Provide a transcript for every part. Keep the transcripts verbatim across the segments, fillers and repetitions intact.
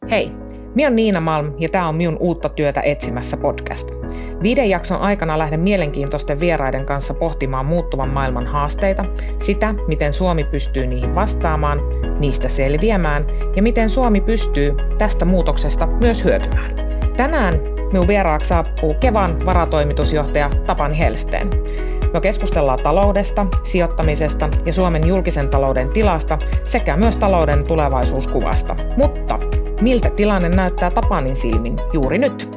Hei, minä on Niina Malm ja tämä on minun uutta työtä etsimässä podcast. Viiden jakson aikana lähden mielenkiintoisten vieraiden kanssa pohtimaan muuttuvan maailman haasteita, sitä, miten Suomi pystyy niihin vastaamaan, niistä selviämään ja miten Suomi pystyy tästä muutoksesta myös hyötymään. Tänään minun vieraaksi saapuu Kevan varatoimitusjohtaja Tapani Hellsten. Me keskustellaan taloudesta, sijoittamisesta ja Suomen julkisen talouden tilasta sekä myös talouden tulevaisuuskuvasta. Mutta miltä tilanne näyttää Tapanin silmin juuri nyt?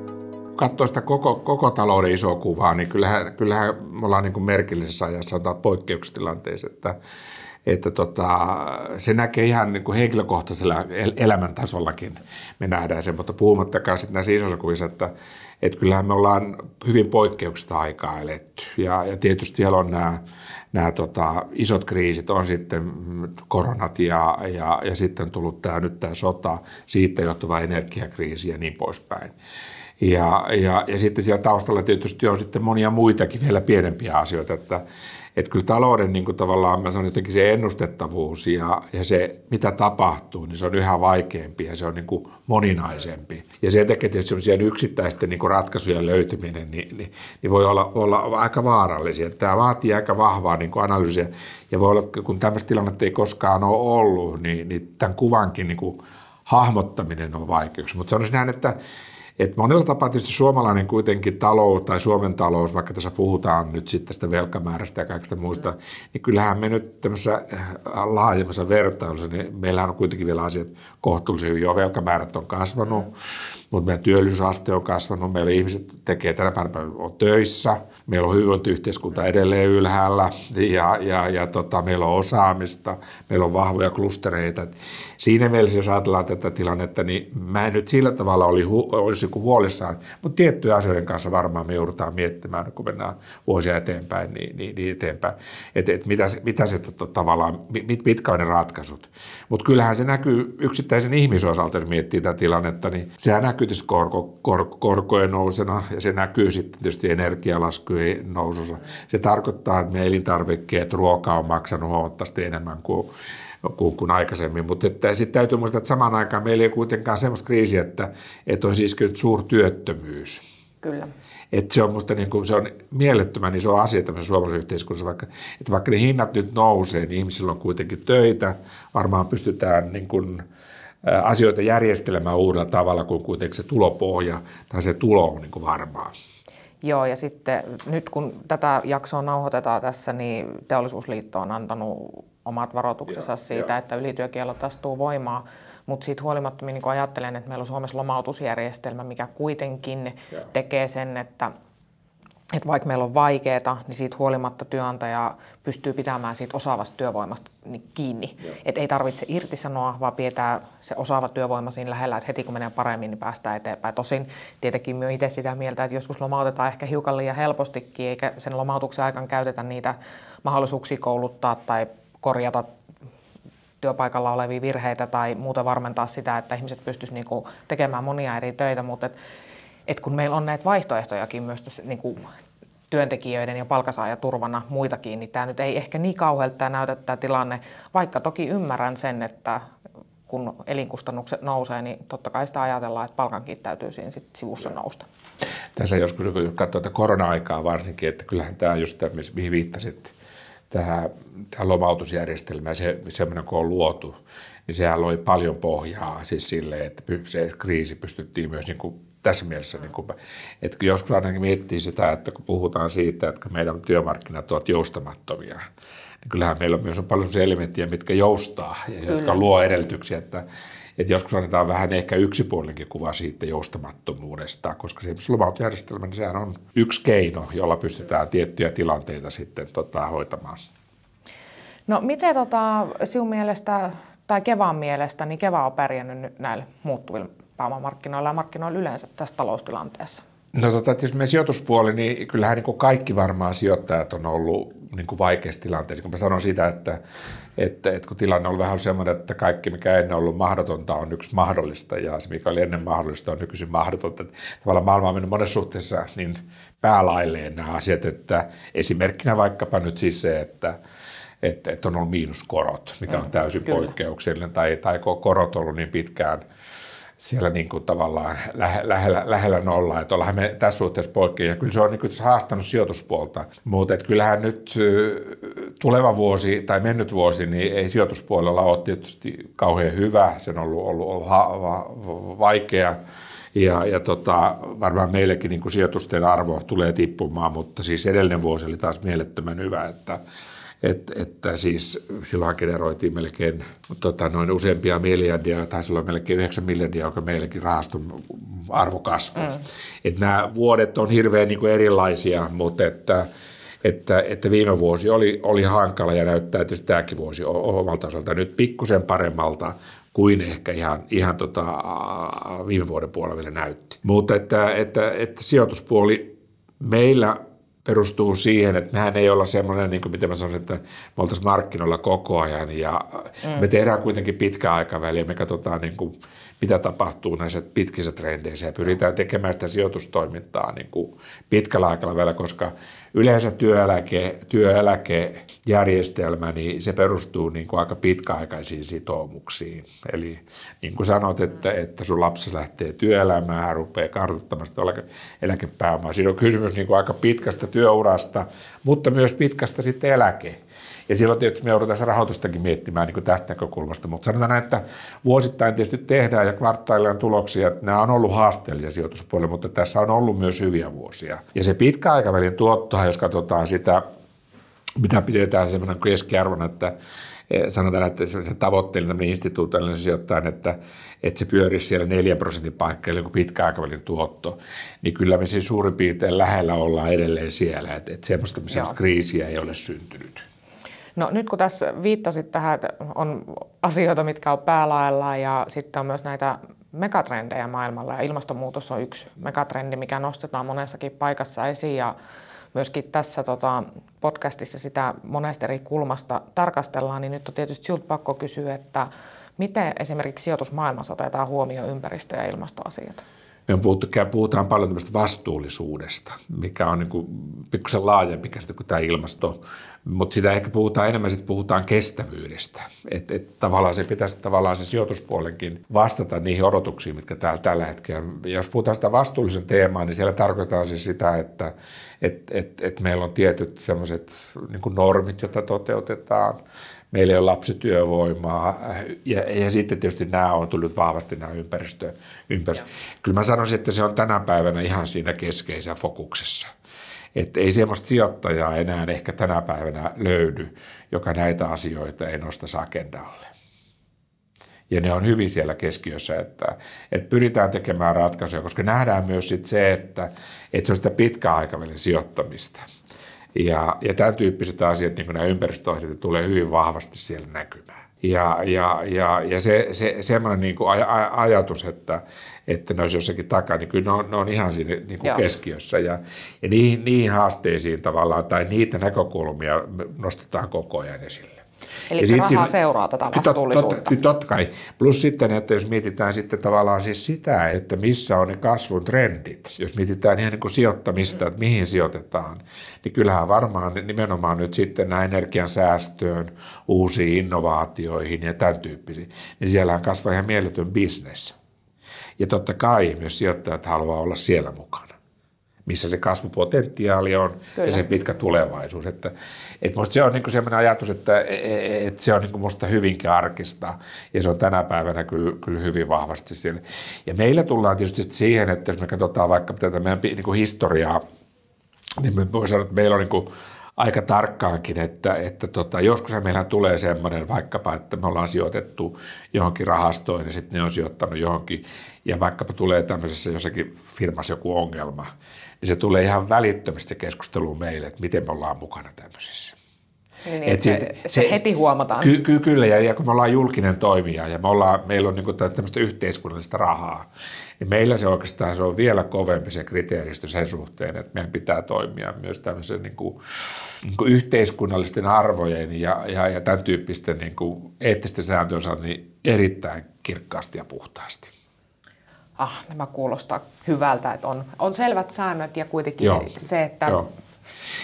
Katsoo sitä koko, koko talouden isoa kuvaa, niin kyllähän, kyllähän me ollaan niin kuin merkillisessä ajassa poikkeustilanteessa, että, että tota, se näkee ihan niin kuin henkilökohtaisella elämäntasollakin, me nähdään sen, mutta puhumattakaan sitten näissä isoissa kuvissa, että, että kyllähän me ollaan hyvin poikkeuksista aikaa eletty ja, ja tietysti siellä on nämä, nämä tota, isot kriisit, on sitten koronat ja, ja, ja sitten tullut tämä, nyt tämä sota, siitä johtuva energiakriisi ja niin poispäin. Ja, ja, ja sitten siellä taustalla tietysti on sitten monia muitakin vielä pienempiä asioita, että, että kyllä talouden niin kuin tavallaan, mä sanon jotenkin se ennustettavuus ja, ja se mitä tapahtuu, niin se on yhä vaikeampi ja se on niin kuin moninaisempi. Ja sen takia tietysti sellaisia yksittäisten niin kuin ratkaisujen löytyminen niin, niin, niin voi olla, olla aika vaarallisia. Tämä vaatii aika vahvaa niin kuin analyysiä ja voi olla, kun tämmöistä tilannetta ei koskaan ole ollut, niin, niin tämän kuvankin niin kuin hahmottaminen on vaikeuksia. Mutta sanoisin näin, että Et monella tapaa tietysti suomalainen kuitenkin talous tai Suomen talous, vaikka tässä puhutaan nyt sitten tästä velkamäärästä ja kaikista muista, niin kyllähän me nyt tämmöisessä laajemmassa vertailussa, niin meillä on kuitenkin vielä asiat kohtuullisen hyvin. Jo velkamäärät on kasvanut, mutta meidän työllisyysaste on kasvanut, meillä ihmiset tekee tänä päivänä on töissä, meillä on hyvinvointiyhteiskunta edelleen ylhäällä ja, ja, ja tota, meillä on osaamista, meillä on vahvoja klustereita. Siinä mielessä, jos ajatellaan tätä tilannetta, niin mä en nyt sillä tavalla oli, olisi huolissaan, mutta tiettyjen asioiden kanssa varmaan me joudutaan miettimään, kun mennään vuosia eteenpäin, niin, niin, niin eteenpäin, että et mitä, mitä se tavallaan, mit, mitkä on ne ratkaisut. Mutta kyllähän se näkyy yksittäisen ihmisen osalta, jos miettii tätä tilannetta, niin sehän näkyy tietysti korko, kor, korkojen nousena ja se näkyy sitten tietysti energialaskujen nousussa. Se tarkoittaa, että me elintarvikkeet, ruoka on maksanut huomattavasti enemmän kuin Kuin, kuin aikaisemmin, mutta sitten täytyy muistaa, että samaan aikaan meillä ei ole kuitenkaan sellaista kriisiä, että, että olisi iskenyt suurtyöttömyys. Kyllä. Että se on musta niin kuin, se on mielettömän iso asia tämmöisessä suomalaisessa yhteiskunnassa, vaikka, että vaikka ne hinnat nyt nousee, niin ihmisillä on kuitenkin töitä, varmaan pystytään niin kuin, ä, asioita järjestelemään uudella tavalla, kuin kuitenkin se tulopohja tai se tulo on niin kuin varmaa. Joo, ja sitten nyt kun tätä jaksoa nauhoitetaan tässä, niin Teollisuusliitto on antanut omat varoituksensa siitä, jo. että ylityökiellot astuu voimaan, mutta siitä huolimatta niin ajattelen, että meillä on Suomessa lomautusjärjestelmä, mikä kuitenkin jo. tekee sen, että, että vaikka meillä on vaikeaa, niin siitä huolimatta työnantaja pystyy pitämään siitä osaavasta työvoimasta kiinni. Että ei tarvitse irtisanoa, vaan pidetään se osaava työvoima siinä lähellä, että heti kun menee paremmin, niin päästään eteenpäin. Tosin tietenkin minä itse sitä mieltä, että joskus lomautetaan ehkä hiukan liian helpostikin, eikä sen lomautuksen aikana käytetä niitä mahdollisuuksia kouluttaa tai korjata työpaikalla olevia virheitä tai muuten varmentaa sitä, että ihmiset pystyisivät niinku tekemään monia eri töitä, mutta et, et kun meillä on näitä vaihtoehtojakin myös tässä, niinku työntekijöiden ja palkansaajaturvana muitakin, niin tämä nyt ei ehkä niin kauhealta näytä tämä tilanne, vaikka toki ymmärrän sen, että kun elinkustannukset nousee, niin totta kai sitä ajatellaan, että palkankin täytyy siinä sit sivussa nousta. Tässä joskus kun katsoo tätä korona-aikaa varsinkin, että kyllähän tämä just tämä, mihin viittasit, tähän, tähän lomautusjärjestelmään, se, semmoinen kun on luotu, niin sehän loi paljon pohjaa siis silleen, että se kriisi pystyttiin myös niin kuin tässä mielessä, niin kuin, että joskus ainakin miettii sitä, että kun puhutaan siitä, että meidän työmarkkinat ovat joustamattomia, niin kyllähän meillä on myös on paljon sellaisia elementtejä, mitkä joustaa ja Kyllä. jotka luo edellytyksiä, että, että joskus annetaan vähän ehkä yksipuolinenkin kuva siitä joustamattomuudesta, koska se lomautusjärjestelmä, niin sehän on yksi keino, jolla pystytään tiettyjä tilanteita sitten tota, hoitamaan. No miten tota, sinun mielestä tai Kevan mielestä, niin Keva on pärjännyt nyt näillä muuttuvilla pääomamarkkinoilla ja markkinoilla yleensä tässä taloustilanteessa? No tota, tietysti meidän sijoituspuoli, niin kyllähän niin kuin kaikki varmaan sijoittajat on ollut niin kuin vaikeassa tilanteessa. Kun mä sanon sitä, että, että, että kun tilanne on vähän sellainen, että kaikki mikä ennen ollut mahdotonta on yksi mahdollista ja se mikä oli ennen mahdollista on nykyisin mahdotonta. Tavallaan maailma on mennyt monessa suhteessa niin päälailleen nämä asiat, että esimerkkinä vaikkapa nyt siis se, että Että, että on ollut miinuskorot, mikä on täysin mm, poikkeuksellinen, tai, tai korot on ollut niin pitkään siellä niin kuin tavallaan lähe, lähellä, lähellä nollaa, että ollaan me tässä suhteessa poikkeja. Ja kyllä se on niin kuin haastanut sijoituspuolta, mutta kyllähän nyt tuleva vuosi tai mennyt vuosi, niin ei sijoituspuolella ole tietysti kauhean hyvä, se on ollut, ollut, ollut ha, va, vaikea. Ja, ja tota, varmaan meillekin niin kuin sijoitusten arvo tulee tippumaan, mutta siis edellinen vuosi oli taas mielettömän hyvä, että Että, että siis silloin generoitiin melkein tota, noin useampia miljardia, taisi olla melkein yhdeksän miljardia, joka meillekin rahaston arvo kasvoi. Mm. Että nämä vuodet on hirveän niin kuin erilaisia, mutta että, että, että viime vuosi oli, oli hankala ja näyttää tietysti tämäkin vuosi omalta osalta nyt pikkusen paremmalta kuin ehkä ihan, ihan tota, viime vuoden puolella vielä näytti. Mutta että, että, että sijoituspuoli meillä perustuu siihen, että mehän ei olla semmoinen, niin kuin miten mä sanoisin, että me oltaisiin markkinoilla koko ajan ja mm. me tehdään kuitenkin pitkä aikaväliä, me katsotaan niin kuin, mitä tapahtuu näissä pitkissä trendeissä ja pyritään tekemään sitä sijoitustoimintaa niin kuin pitkällä aikavälillä, koska yleensä työeläke, työeläkejärjestelmä, niin se perustuu niin kuin aika pitkäaikaisiin sitoumuksiin. Eli niin kuin sanot, että, että sun lapsi lähtee työelämään, rupeaa kartuttamaan sitä eläkepääomaa. Siinä on kysymys niin kuin aika pitkästä työurasta, mutta myös pitkästä sitten eläke. Ja silloin tietysti me joudutaan tässä rahoitustakin miettimään niin kuin tästä näkökulmasta, mutta sanotaan, että vuosittain tietysti tehdään ja kvartaalilla tuloksia, että nämä on ollut haasteellisia sijoituspuolella, mutta tässä on ollut myös hyviä vuosia. Ja se pitkäaikavälin tuottohan, jos katsotaan sitä, mitä pidetään semmoinen keskiarvona, että sanotaan, että se tavoitteellinen instituutiollinen sijoittajan, että, että se pyörisi siellä neljän prosentin paikkeilla kuin pitkäaikavälin tuotto, niin kyllä me siis suurin piirtein lähellä ollaan edelleen siellä, että, että semmoista, semmoista kriisiä ei ole syntynyt. No nyt kun tässä viittasit tähän, että on asioita, mitkä on päälaellaan ja sitten on myös näitä megatrendejä maailmalla ja ilmastonmuutos on yksi megatrendi, mikä nostetaan monessakin paikassa esiin ja myöskin tässä tota, podcastissa sitä monesta eri kulmasta tarkastellaan, niin nyt on tietysti sinulta pakko kysyä, että miten esimerkiksi sijoitusmaailmassa otetaan huomioon ympäristö- ja ilmastoasiat? Me on puhuttu, puhutaan paljon tämmöistä vastuullisuudesta, mikä on niin kuin pikkusen laajempi käsite kuin tämä ilmasto, mutta sitä ehkä puhutaan enemmän, sitten puhutaan kestävyydestä. Että et tavallaan se pitäisi tavallaan se sijoituspuolenkin vastata niihin odotuksiin, mitkä täällä tällä hetkellä. Ja jos puhutaan sitä vastuullisen teemaa, niin siellä tarkoittaa siis sitä, että et, et, et meillä on tietyt sellaiset niin kuin normit, joita toteutetaan. Meillä ei ole lapsityövoimaa ja, ja sitten tietysti nämä on tullut vahvasti nämä ympäristö. ympäristö. Kyllä mä sanoisin, että se on tänä päivänä ihan siinä keskeisessä fokuksessa. Että ei semmoista sijoittajaa enää ehkä tänä päivänä löydy, joka näitä asioita ei nosta agendalle. Ja ne on hyvin siellä keskiössä, että, että pyritään tekemään ratkaisuja, koska nähdään myös sit se, että, että se on sitä pitkäaikavälin sijoittamista. Ja, ja tämän tyyppiset asiat, niin kuin nämä ympäristöasiat, tulee hyvin vahvasti siellä näkymään. Ja, ja, ja, ja se, se semmoinen niin kuin aj, aj, ajatus, että, että ne olisi jossakin takaa, niin kyllä ne on, ne on ihan siinä niin kuin keskiössä. Ja, ja niihin, niihin haasteisiin tavallaan, tai niitä näkökulmia nostetaan koko ajan esille. Eli se rahaa seuraa tätä vastuullisuutta. Totta, totta kai. Plus sitten, että jos mietitään sitten tavallaan siis sitä, että missä on ne kasvun trendit, jos mietitään ihan niin kuin sijoittamista, että mihin sijoitetaan, niin kyllähän varmaan nimenomaan nyt sitten nämä energian säästöön, uusiin innovaatioihin ja tämän tyyppisiin, niin siellähän kasvaa ihan mieletön business. Ja totta kai myös sijoittajat haluaa olla siellä mukana, missä se kasvupotentiaali on. Kyllä. Ja se pitkä tulevaisuus. Että, että musta se on niin kuin sellainen ajatus, että, että se on niin kuin musta hyvinkin arkista ja se on tänä päivänä kyllä, kyllä hyvin vahvasti siellä. Ja meillä tullaan tietysti siihen, että jos me katsotaan vaikka tätä meidän niin kuin historiaa, niin me voi sanoa, että meillä on niin kuin aika tarkkaankin, että, että tota, joskus meillä tulee semmoinen vaikkapa, että me ollaan sijoitettu johonkin rahastoon ja sitten ne on sijoittanut johonkin ja vaikkapa tulee tämmöisessä jossakin firmassa joku ongelma, niin se tulee ihan välittömästi keskusteluun meille, että miten me ollaan mukana tämmöisessä. Niin, et se, se, se heti huomataan. Ky, ky, kyllä, ja, ja kun me ollaan julkinen toimija ja me ollaan, meillä on niinku tämmöistä yhteiskunnallista rahaa, niin meillä se oikeastaan se on vielä kovempi se kriteeristö sen suhteen, että meidän pitää toimia myös tämmöisen niinku, niinku yhteiskunnallisten arvojen ja, ja, ja tämän tyyppisten niinku eettisten sääntöjen osalta niin erittäin kirkkaasti ja puhtaasti. Ah, nämä kuulostaa hyvältä, että on, on selvät säännöt ja kuitenkin Joo. se, että... Joo.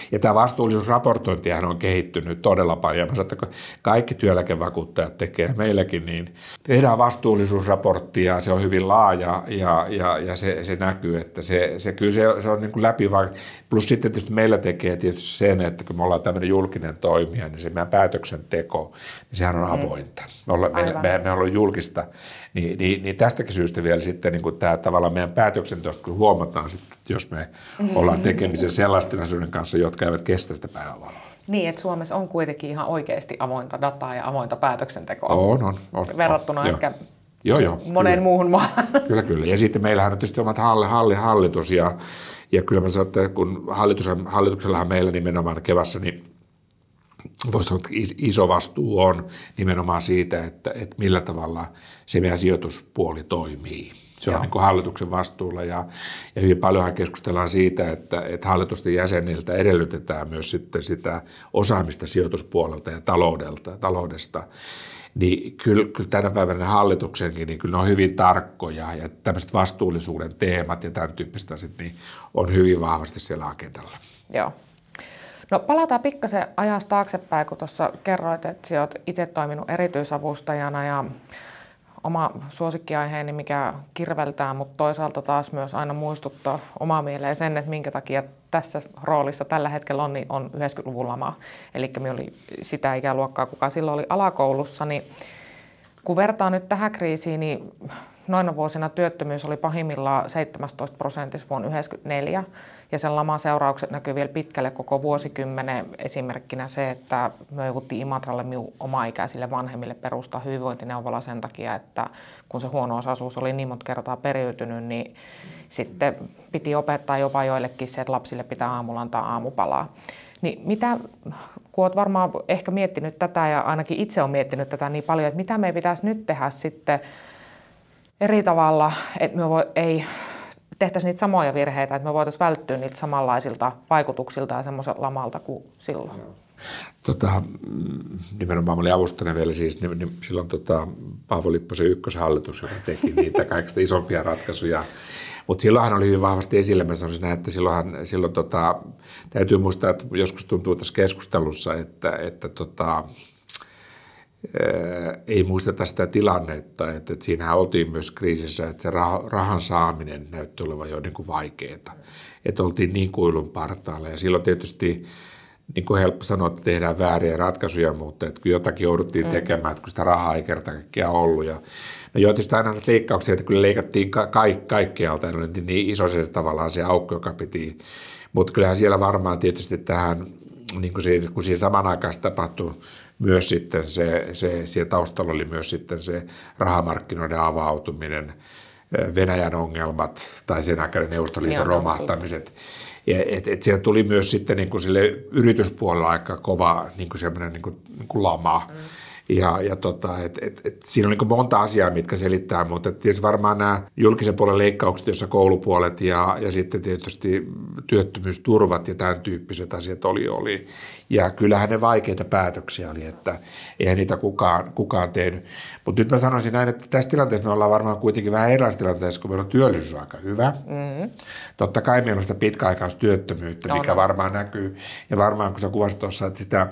Ja tämä vastuullisuusraportointihan on kehittynyt todella paljon. Mä sanon, että kaikki työeläkevakuuttajat tekee meilläkin, niin tehdään vastuullisuusraporttia, se on hyvin laaja ja, ja, ja se, se näkyy, että se, se kyllä se, se on niin kuin läpi, plus sitten tietysti meillä tekee tietysti sen, että kun me ollaan tämmöinen julkinen toimija, niin se meidän päätöksenteko, niin sehän on avointa. Me ollaan, me, me, me ollaan julkista, niin, niin, niin tästäkin syystä vielä sitten niin kuin tämä tavallaan meidän päätöksenteosta, kun huomataan sitten, että jos me ollaan tekemisissä sellaisten asioiden kanssa, jotka eivät kestä sitä päivänvaloa. Niin, että Suomessa on kuitenkin ihan oikeasti avointa dataa ja avointa päätöksentekoa. On, on. on verrattuna on, ehkä joo, joo, moneen kyllä. muuhun maahan. Kyllä, kyllä. Ja sitten meillähän on tietysti omat halli, halli, hallitus ja, ja kyllä mä sanon, että kun hallitus, hallituksellahan meillä nimenomaan Kevassa, niin voisi sanoa, että iso vastuu on nimenomaan siitä, että, että millä tavalla se meidän sijoituspuoli toimii. Se on niin kuin hallituksen vastuulla ja, ja hyvin paljonhan keskustellaan siitä, että, että hallitusten jäseniltä edellytetään myös sitten sitä osaamista sijoituspuolelta ja taloudelta, taloudesta. Niin kyllä, kyllä tänä päivänä hallituksenkin, niin kyllä ne on hyvin tarkkoja ja tämmöiset vastuullisuuden teemat ja tämän tyyppiset asiat niin on hyvin vahvasti siellä agendalla. Joo. No palataan pikkasen ajasta taaksepäin, kun tuossa kerroit, että sinä olet itse toiminut erityisavustajana ja oma suosikkiaiheeni, mikä kirveltää, mutta toisaalta taas myös aina muistuttaa omaa mieleen sen, että minkä takia tässä roolissa tällä hetkellä on, niin on yhdeksänkymmentäluvun lama. Eli minä olin sitä ikäluokkaa, kuka silloin oli alakoulussa, niin kun vertaa nyt tähän kriisiin, niin noina vuosina työttömyys oli pahimmillaan seitsemäntoista prosentissa vuonna yhdeksänkymmentäneljä, ja sen laman seuraukset näkyy vielä pitkälle koko vuosikymmenen. Esimerkkinä se, että me jouduttiin Imatralle minun oma-ikäisille vanhemmille perustaa hyvinvointineuvola sen takia, että kun se huono-osaisuus oli niin monta kertaa periytynyt, niin sitten piti opettaa jopa joillekin se, että lapsille pitää aamulla antaa aamupalaa. Niin mitä, kun olet varmaan ehkä miettinyt tätä, ja ainakin itse olen miettinyt tätä niin paljon, että mitä me pitäisi nyt tehdä sitten eri tavalla, että me voi, ei tehtäisiin niitä samoja virheitä, että me voitaisiin välttyä niiltä samanlaisilta vaikutuksilta ja semmoiselta lamalta kuin silloin. Tota, nimenomaan mä olin avustajana vielä siis, niin, niin silloin tota, Paavo Lipposen ykköshallitus, joka teki niitä kaikista isompia ratkaisuja. Mutta silloinhan oli hyvin vahvasti esillä, mä sanoisin näin, että silloinhan, silloin tota, täytyy muistaa, että joskus tuntuu tässä keskustelussa, että, että tota, ei muisteta sitä tilannetta, että, että siinähän oltiin myös kriisissä, että se rahan saaminen näytti olevan jo niin kuin vaikeaa. Että oltiin niin kuilun partaalla ja silloin tietysti niin kuin helppo sanoa, että tehdään vääriä ratkaisuja, mutta että kun jotakin jouduttiin mm. tekemään, että kun sitä rahaa ei kerta kaikkiaan ollut. Ja, no joo, tietysti aina näitä leikkauksia, että kyllä leikattiin ka- ka- kaikkialta, ja oli niin iso se tavallaan se aukko, joka piti. Mutta kyllähän siellä varmaan tietysti tähän, niin kuin siinä, kun siinä samanaikaisesti tapahtui myös sitten se, se, siellä taustalla oli myös sitten se rahamarkkinoiden avautuminen, Venäjän ongelmat tai sen aikainen Neuvostoliiton romahtamiset. Ja et, et siellä tuli myös sitten niin kuin sille yrityspuolella aika kova niin kuin semmoinen niin kuin, niin kuin lama. Mm. Ja, ja tota, et, et, et siinä on niin kuin monta asiaa, mitkä selittää, mutta tietysti varmaan nämä julkisen puolen leikkaukset, joissa koulupuolet ja, ja sitten tietysti työttömyysturvat ja tämän tyyppiset asiat oli. oli. Ja kyllähän ne vaikeita päätöksiä oli, että eihän niitä kukaan, kukaan tehnyt. Mutta nyt mä sanoisin näin, että tässä tilanteessa me ollaan varmaan kuitenkin vähän erilaisessa tilanteessa, kun meillä on työllisyys aika hyvä. Mm-hmm. Totta kai meillä on sitä pitkäaikaistyöttömyyttä, mikä no, no. varmaan näkyy. Ja varmaan kun sä kuvasit tuossa, että sitä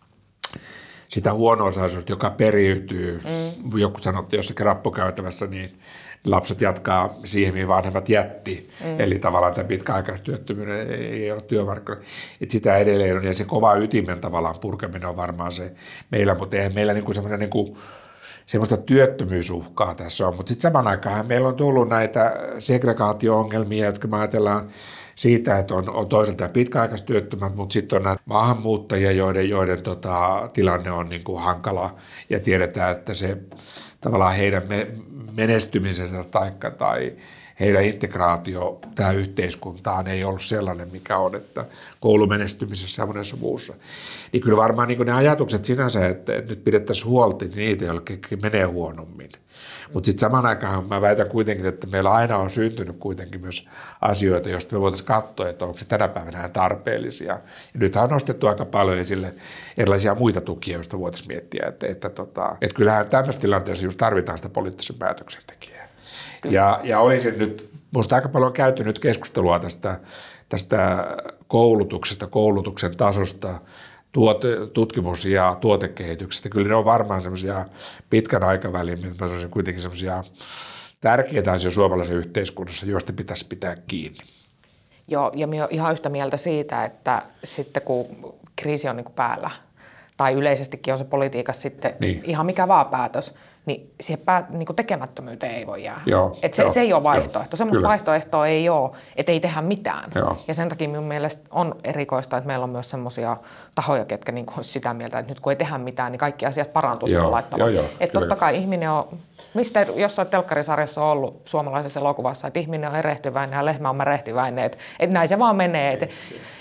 sitä huono-osaisuutta, joka periytyy, mm. joku sanottiin jossakin rappukäytävässä, niin lapset jatkaa siihen, mihin vanhemmat jätti. Mm. Eli tavallaan tämä pitkäaikaistyöttömyyden ei ole työmarkkinoilla. Että sitä edelleen on, ja se kova ytimen tavallaan purkaminen on varmaan se meillä, mutta eihän meillä niinku semmoinen niinku, semmoista työttömyysuhkaa tässä on. Mutta sitten saman aikaan meillä on tullut näitä segregaatio-ongelmia, jotka me ajatellaan siitä, että on, on toisaalta pitkäaikaistyöttömät, mutta sitten on näitä maahanmuuttajia, joiden, joiden tota, tilanne on niin kuin hankala ja tiedetään, että se tavallaan heidän me, menestymisensä taikka, tai heidän integraatio tähän yhteiskuntaan ei ollut sellainen, mikä on, että koulumenestymisessä ja monessa muussa. Niin kyllä varmaan niin kuin ne ajatukset sinänsä, että, että nyt pidettäisiin huolta, niin niitä, joillekin menee huonommin. Mutta sitten saman aikaan mä väitän kuitenkin, että meillä aina on syntynyt kuitenkin myös asioita, joista me voitaisiin katsoa, että onko se tänä päivänä tarpeellisia. Ja nythän on nostettu aika paljon esille erilaisia muita tukia, joista voitaisiin miettiä, että, että, tota, että kyllähän tämmöisessä tilanteessa just tarvitaan sitä poliittisen päätöksentekijää. Ja, ja olisin nyt, minusta aika paljon käyty nyt keskustelua tästä, tästä koulutuksesta, koulutuksen tasosta, tuote, tutkimus- ja tuotekehityksestä. Kyllä ne on varmaan semmoisia pitkän aikavälin, mutta se on kuitenkin semmoisia tärkeitä asioita suomalaisen yhteiskunnassa, joista pitäisi pitää kiinni. Joo, ja minä olen ihan yhtä mieltä siitä, että sitten kun kriisi on niin kuin päällä, tai yleisestikin on se politiikassa sitten niin. ihan mikä vaan päätös, niin siihen päät, niin kuin tekemättömyyteen ei voi jäädä. Joo, et se, jo, se ei ole vaihtoehto. Jo, Semmoista kyllä. vaihtoehtoa ei ole, että ei tehdä mitään. Joo. Ja sen takia minun mielestä on erikoista, että meillä on myös semmoisia tahoja, ketkä niin kuin olisi sitä mieltä, että nyt kun ei tehdä mitään, niin kaikki asiat parantuu sillä laittamalla. Että totta kai ihminen on, mistä jossain telkkarisarjassa on ollut suomalaisessa elokuvassa, että ihminen on erehtyväinen ja lehmä on märehtyväinen, että, että näin se vaan menee. Että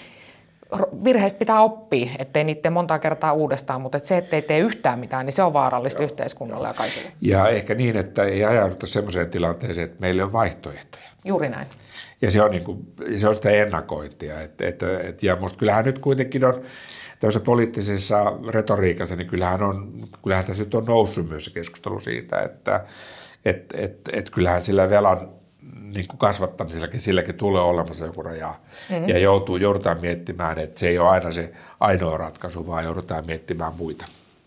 virheistä pitää oppia, ettei niitä monta kertaa uudestaan, mutta se, ettei tee yhtään mitään, niin se on vaarallista yhteiskunnalle ja kaikille. Ja ehkä niin, että ei ajauduta semmoiseen tilanteeseen, että meillä on vaihtoehtoja. Juuri näin. Ja se on, niin kuin, se on sitä ennakointia. Et, et, et, ja musta kyllähän nyt kuitenkin on tämmöisessä poliittisessa retoriikassa, niin kyllähän, on, kyllähän tässä nyt on noussut myös se keskustelu siitä, että et, et, et kyllähän sillä velan niin kuin kasvattamisellakin, silläkin tulee olemassa joku raja. Mm-hmm. Ja joutuu, joudutaan miettimään, että se ei ole aina se ainoa ratkaisu, vaan joudutaan miettimään muita.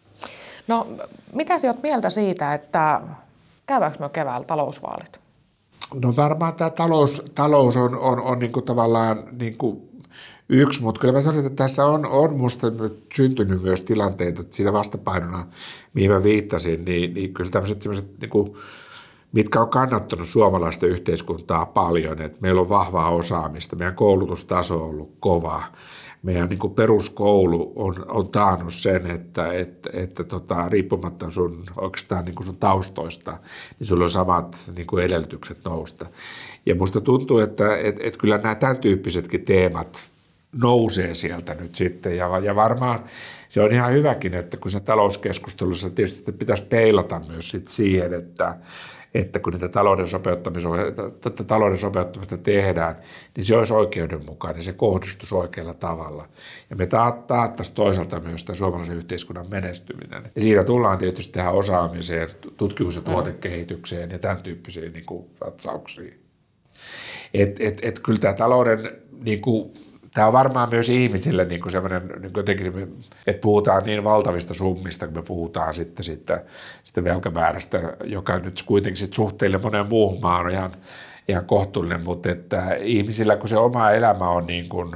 No, mitä sinä olet mieltä siitä, että käydäänkö me keväällä talousvaalit? No varmaan tämä talous, talous on, on, on niin kuin tavallaan niin kuin yksi, mutta kyllä mä sanoisin, että tässä on, on musta nyt syntynyt myös tilanteita, että siinä vastapainona, mihin mä viittasin, niin, niin kyllä tämmöiset sellaiset niin kuin mitkä on kannattanut suomalaista yhteiskuntaa paljon, että meillä on vahvaa osaamista, meidän koulutustaso on ollut kova, meidän niin kuin peruskoulu on, on taannut sen, että, että, että tota, riippumatta sun, oikeastaan niin kuin sun taustoista, niin sulla on samat niin kuin edellytykset nousta. Ja musta tuntuu, että et, et kyllä nämä tämän tyyppisetkin teemat nousee sieltä nyt sitten, ja, ja varmaan se on ihan hyväkin, että kun se talouskeskustelussa tietysti pitäisi peilata myös sit siihen, että että kun niitä talouden sopeuttamista, talouden sopeuttamista tehdään, niin se olisi oikeudenmukainen, se kohdistuisi oikealla tavalla. Ja me taattaisiin toisaalta myös tämän suomalaisen yhteiskunnan menestyminen. Ja siinä tullaan tietysti tähän osaamiseen, tutkimus- ja tuotekehitykseen ja tämän tyyppisiin niin kuin satsauksiin. Et, et, et kyllä tämä talouden niin kuin, tämä on varmaan myös ihmisille niin kuin sellainen, niin kuin jotenkin, että puhutaan niin valtavista summista, kun me puhutaan sitten, sitten, sitten velkamäärästä, joka nyt kuitenkin sitten suhteille moneen muuhun maan on ihan, ihan kohtuullinen, mutta että ihmisillä, kun se oma elämä on niin kuin,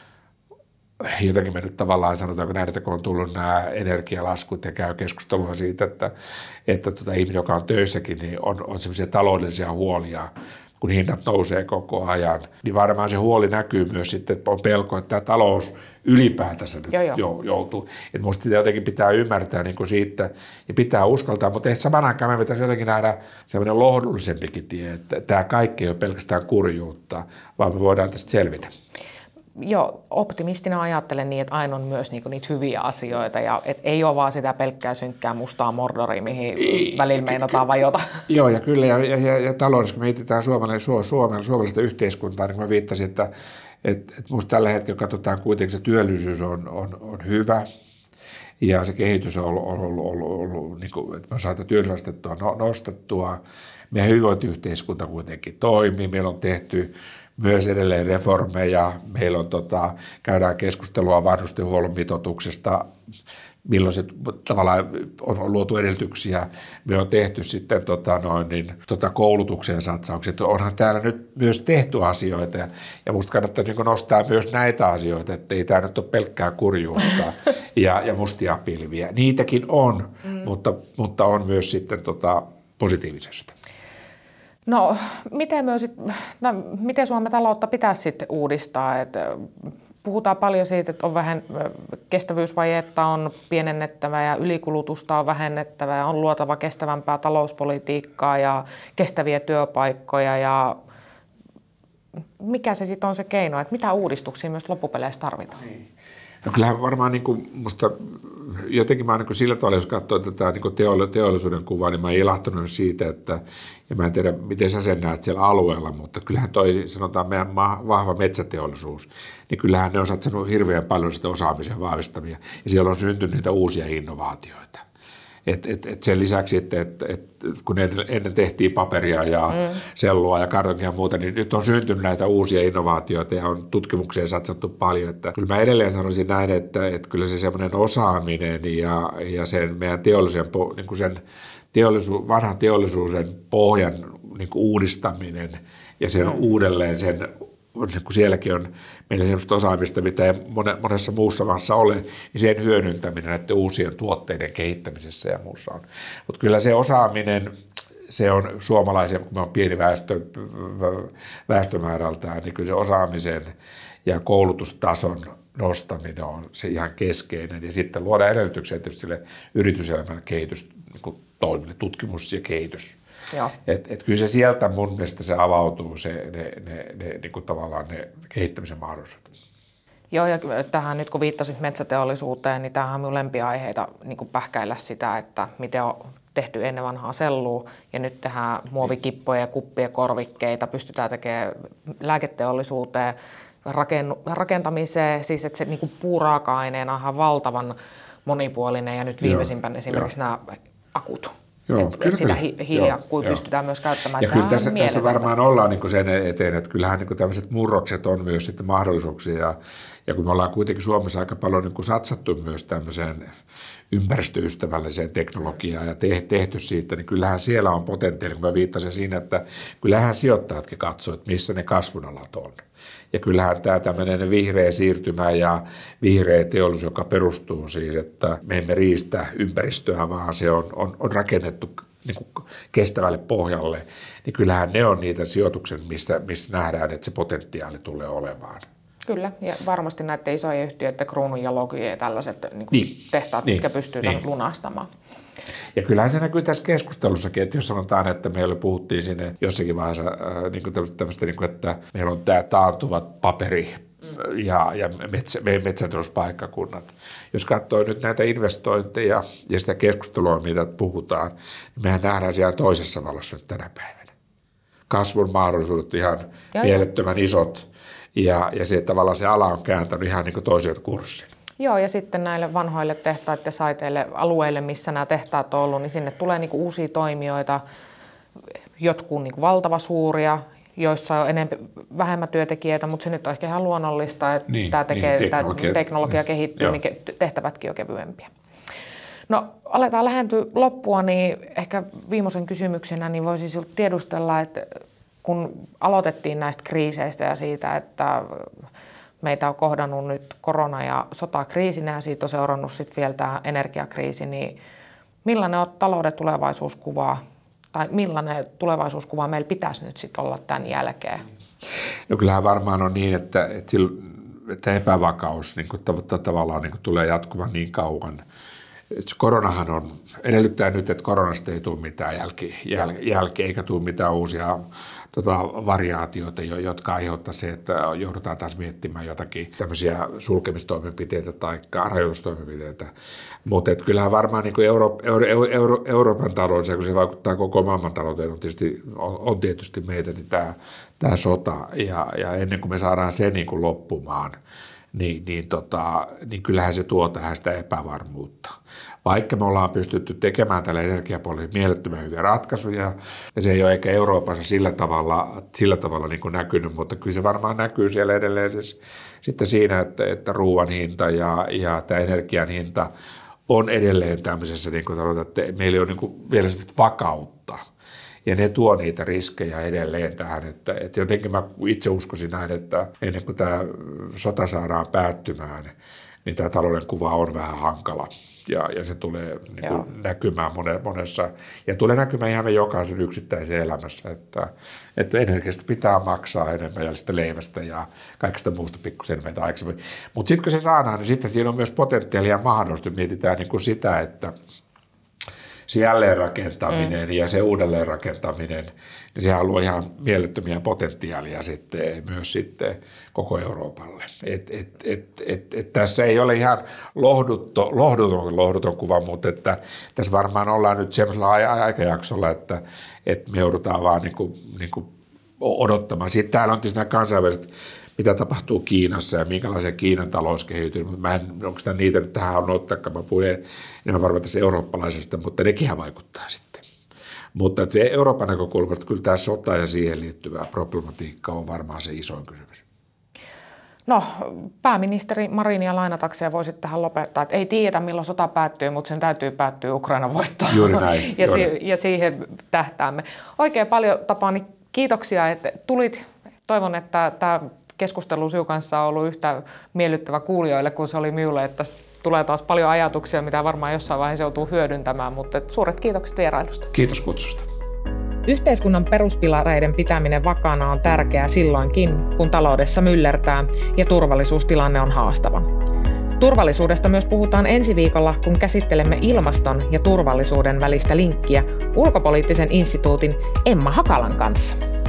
jotenkin me nyt tavallaan sanotaanko näin, että kun on tullut nämä energialaskut ja käy keskustelua siitä, että, että tuota, ihminen, joka on töissäkin, niin on, on sellaisia taloudellisia huolia, kun hinnat nousee koko ajan, niin varmaan se huoli näkyy myös sitten, että on pelko, että tämä talous ylipäätänsä nyt jo, jo. joutuu. Että musta sitä jotenkin pitää ymmärtää niin kuin siitä ja pitää uskaltaa, mutta saman aikaan me pitäisi jotenkin nähdä sellainen lohdullisempikin tie, että tämä kaikki ei ole pelkästään kurjuutta, vaan me voidaan tästä selvitä. Joo, optimistina ajattelen niin, että aina on myös niinku niitä hyviä asioita ja et ei ole vaan sitä pelkkää synkkää mustaa mordoria, mihin ei, välillä meinataan vajota. Joo, ja kyllä, ja, ja, ja, ja taloudessa, kun me mietitään suomalaista, suomalaista yhteiskuntaa, niin kun mä viittasin, että et, et musta tällä hetkellä katsotaan kuitenkin, se työllisyys on, on, on hyvä, ja se kehitys on ollut, ollut, ollut, ollut, ollut niin kuin, että me saadaan työllisyysastettua nostettua, meidän hyvinvointiyhteiskunta kuitenkin toimii, meillä on tehty myös edelleen reformeja. Meillä on, tota, käydään keskustelua vanhustenhuollon mitoituksesta, milloin se tavallaan on luotu edellytyksiä. Me on tehty sitten tota, noin, niin, tota, koulutukseen satsaukset. Onhan täällä nyt myös tehty asioita ja, ja musta kannattaa niin nostaa myös näitä asioita, että ei tämä nyt ole pelkkää kurjuutta ja, ja mustia pilviä. Niitäkin on, mm. mutta, mutta on myös sitten tota, positiivisesti. No, miten, myös, no, miten Suomen taloutta pitäisi sitten uudistaa? Et, puhutaan paljon siitä, että on vähän kestävyysvajetta on pienennettävä ja ylikulutusta on vähennettävä ja on luotava kestävämpää talouspolitiikkaa ja kestäviä työpaikkoja. Ja mikä se sitten on se keino, että mitä uudistuksia myös loppupeleissä tarvitaan? No kyllähän varmaan niin kuin musta jotenkin mä niin sillä tavalla, jos katsoo tätä niin teollisuuden kuvaa, niin mä oon ilahtunut siitä, että, ja mä en tiedä, miten sä sen näet siellä alueella, mutta kyllähän toi, sanotaan meidän vahva metsäteollisuus, niin kyllähän ne on satsannut hirveän paljon sitä osaamisen vahvistamia, ja siellä on syntynyt niitä uusia innovaatioita. Et, et, et sen lisäksi, että et, et, kun ennen tehtiin paperia ja mm. sellua ja kartonkia ja muuta, niin nyt on syntynyt näitä uusia innovaatioita ja on tutkimukseen satsattu paljon. Että kyllä mä edelleen sanoisin näin, että, että kyllä se semmoinen osaaminen ja, ja sen meidän teollisen, niin kuin sen teollisu, vanhan teollisuuden pohjan niin kuin uudistaminen ja sen mm. uudelleen sen, kun sielläkin on meillä sellaista osaamista, mitä ei monessa muussa maassa ole, niin sen hyödyntäminen näiden uusien tuotteiden kehittämisessä ja muussa on. Mutta kyllä se osaaminen, se on suomalaisen, kun me on pieni väestö, väestömäärältään, niin kyllä se osaamisen ja koulutustason nostaminen on se ihan keskeinen. Ja sitten luoda edellytyksiä tietysti sille yrityselämän kehitys, niin toimille, tutkimus ja kehitys. Että et kyllä se sieltä mun mielestä se avautuu, se, ne, ne, ne, niin kuin tavallaan ne kehittämisen mahdollisuudet. Joo, ja tähän nyt kun viittasit metsäteollisuuteen, niin tämähän on minun lempiaiheita niin kuin pähkäillä sitä, että miten on tehty ennen vanhaa sellua, ja nyt tehdään muovikippoja ja kuppia, korvikkeita, pystytään tekemään lääketeollisuuteen, rakentamiseen, siis että se niin kuin puuraaka-aineena on valtavan monipuolinen, ja nyt viimeisimpänä esimerkiksi jo. Nämä akut. Joo, että et sitä hi- hiiliakkuja pystytään myös käyttämään. Ja kyllä tässä, tässä varmaan ollaan niin sen eteen, että kyllähän niin tämmöiset murrokset on myös sitten mahdollisuuksia. Ja, ja kun me ollaan kuitenkin Suomessa aika paljon niin satsattu myös tämmöiseen ympäristöystävälliseen teknologiaan ja te- tehty siitä, niin kyllähän siellä on potentiaali. Kun mä viittasin siinä, että kyllähän sijoittajatkin katsoo, että missä ne kasvunalat on. Ja kyllähän tämä tämmöinen vihreä siirtymä ja vihreä teollisuus, joka perustuu siis, että me emme riistä ympäristöä, vaan se on, on, on rakennettu niin kuin kestävälle pohjalle, niin kyllähän ne on niitä sijoituksen, mistä, missä nähdään, että se potentiaali tulee olemaan. Kyllä, ja varmasti näiden isojen yhtiöiden Kruununjalokia ja tällaiset niin niin, tehtaat, niin, mitkä pystyy niin. lunastamaan. Ja kyllähän se näkyy tässä keskustelussakin, että jos sanotaan, että meillä puhuttiin sinne jossakin vaiheessa, äh, niin kuin tämmöistä, niin kuin, että meillä on tämä taantuvat paperi mm. ja, ja metsä, metsätalouspaikkakunnat. Jos katsoo nyt näitä investointeja ja sitä keskustelua, mitä puhutaan, niin mehän nähdään siellä toisessa valossa nyt tänä päivänä. Kasvun mahdollisuudet ihan ja mielettömän ja. isot ja, ja se, tavallaan se ala on kääntänyt ihan niin kuin toisen kurssin. Joo, ja sitten näille vanhoille tehtaille ja saiteille, alueille, missä nämä tehtaat on ollut, niin sinne tulee niinku uusia toimijoita, jotkut niinku valtava suuria, joissa on enemmän, vähemmän työntekijöitä, mutta se nyt on ehkä ihan luonnollista, että niin, tämä tekee, niin, teknologia, tämä teknologia kehittyy, joo. niin tehtävätkin on kevyempiä. No, aletaan lähentyä loppua, niin ehkä viimeisen kysymyksenä niin voisin sinulta tiedustella, että kun aloitettiin näistä kriiseistä ja siitä, että meitä on kohdannut nyt korona- ja sotakriisinä ja siitä on seurannut sitten vielä tämä energiakriisi, niin millainen on talouden tulevaisuuskuva tai millainen tulevaisuuskuva meillä pitäisi nyt sitten olla tämän jälkeen? No kyllähän varmaan on niin, että, että, että epävakaus niin kuin tavallaan niin kuin tulee jatkumaan niin kauan. Että koronahan on, edellyttää nyt, että koronasta ei tule mitään jälki, jäl, jälki eikä tule mitään uusia tota, variaatioita, jotka aiheuttaa se, että joudutaan taas miettimään jotakin tämmöisiä sulkemistoimenpiteitä tai rajoitustoimenpiteitä. Mutta kyllähän varmaan niin Euro, Euro, Euro, Euroopan taloudessa, kun se vaikuttaa koko maailman talouteen, on tietysti, on, on tietysti meitä niin tämä, tämä sota. Ja, ja ennen kuin me saadaan se niin kuin loppumaan, niin, niin, tota, niin kyllähän se tuo tähän sitä epävarmuutta. Vaikka me ollaan pystytty tekemään tällä energiapuolella mielettömän hyviä ratkaisuja, ja se ei ole eikä Euroopassa sillä tavalla, sillä tavalla niin kuin näkynyt, mutta kyllä se varmaan näkyy siellä edelleen siis, sitten siinä, että, että ruoan hinta ja, ja tämä energian hinta on edelleen tämmöisessä, niin kuin sanotaan, että meillä on niin kuin vielä vakautta. Ja ne tuo niitä riskejä edelleen tähän, että, että jotenkin mä itse uskoisin näin, että ennen kuin tämä sota saadaan päättymään, niin tämä talouden kuva on vähän hankala. Ja, ja se tulee niin kuin näkymään monessa, ja tulee näkymään ihan me jokaisen yksittäisen elämässä, että, että energiasta pitää maksaa enemmän ja sitä leivästä ja kaikista muusta pikkusen enemmän aikaisemmin. Mutta sitten kun se saadaan, niin sitten siinä on myös potentiaalia ja mahdollisuus. Mietitään niin kuin sitä, että se jälleenrakentaminen mm. ja se uudelleenrakentaminen, niin sehän luo ihan mielettömiä potentiaalia sitten myös sitten koko Euroopalle. Et, et, et, et, et tässä ei ole ihan lohdutto, lohduton, lohduton kuva, mutta että tässä varmaan ollaan nyt semmoisella aikajaksolla, että, että me joudutaan vaan niin kuin, niin kuin odottamaan. Sitten täällä on tietysti nämä kansainväliset, mitä tapahtuu Kiinassa ja minkälaisia Kiinan talous kehittyy, mutta mä en, onko sitä niitä nyt tähän on ottaa, mä puhun enemmän varmaan tässä eurooppalaisesta, mutta nekinhän vaikuttaa sitten. Mutta Euroopan näkökulmasta kyllä tämä sota ja siihen liittyvä problematiikka on varmaan se isoin kysymys. No, pääministeri Marinia lainatakseen voisit tähän lopettaa, että ei tiedä milloin sota päättyy, mutta sen täytyy päättyä Ukrainan voittoon. Juuri näin. ja, juuri. Si- ja siihen tähtäämme. Oikein paljon, Tapani, kiitoksia, että tulit. Toivon, että tämä keskustelu sinun kanssa on ollut yhtä miellyttävä kuulijoille kuin se oli minulle, että tulee taas paljon ajatuksia, mitä varmaan jossain vaiheessa joutuu hyödyntämään, mutta suuret kiitokset vierailusta. Kiitos kutsusta. Yhteiskunnan peruspilareiden pitäminen vakaana on tärkeää silloinkin, kun taloudessa myllertää ja turvallisuustilanne on haastava. Turvallisuudesta myös puhutaan ensi viikolla, kun käsittelemme ilmaston ja turvallisuuden välistä linkkiä Ulkopoliittisen instituutin Emma Hakalan kanssa.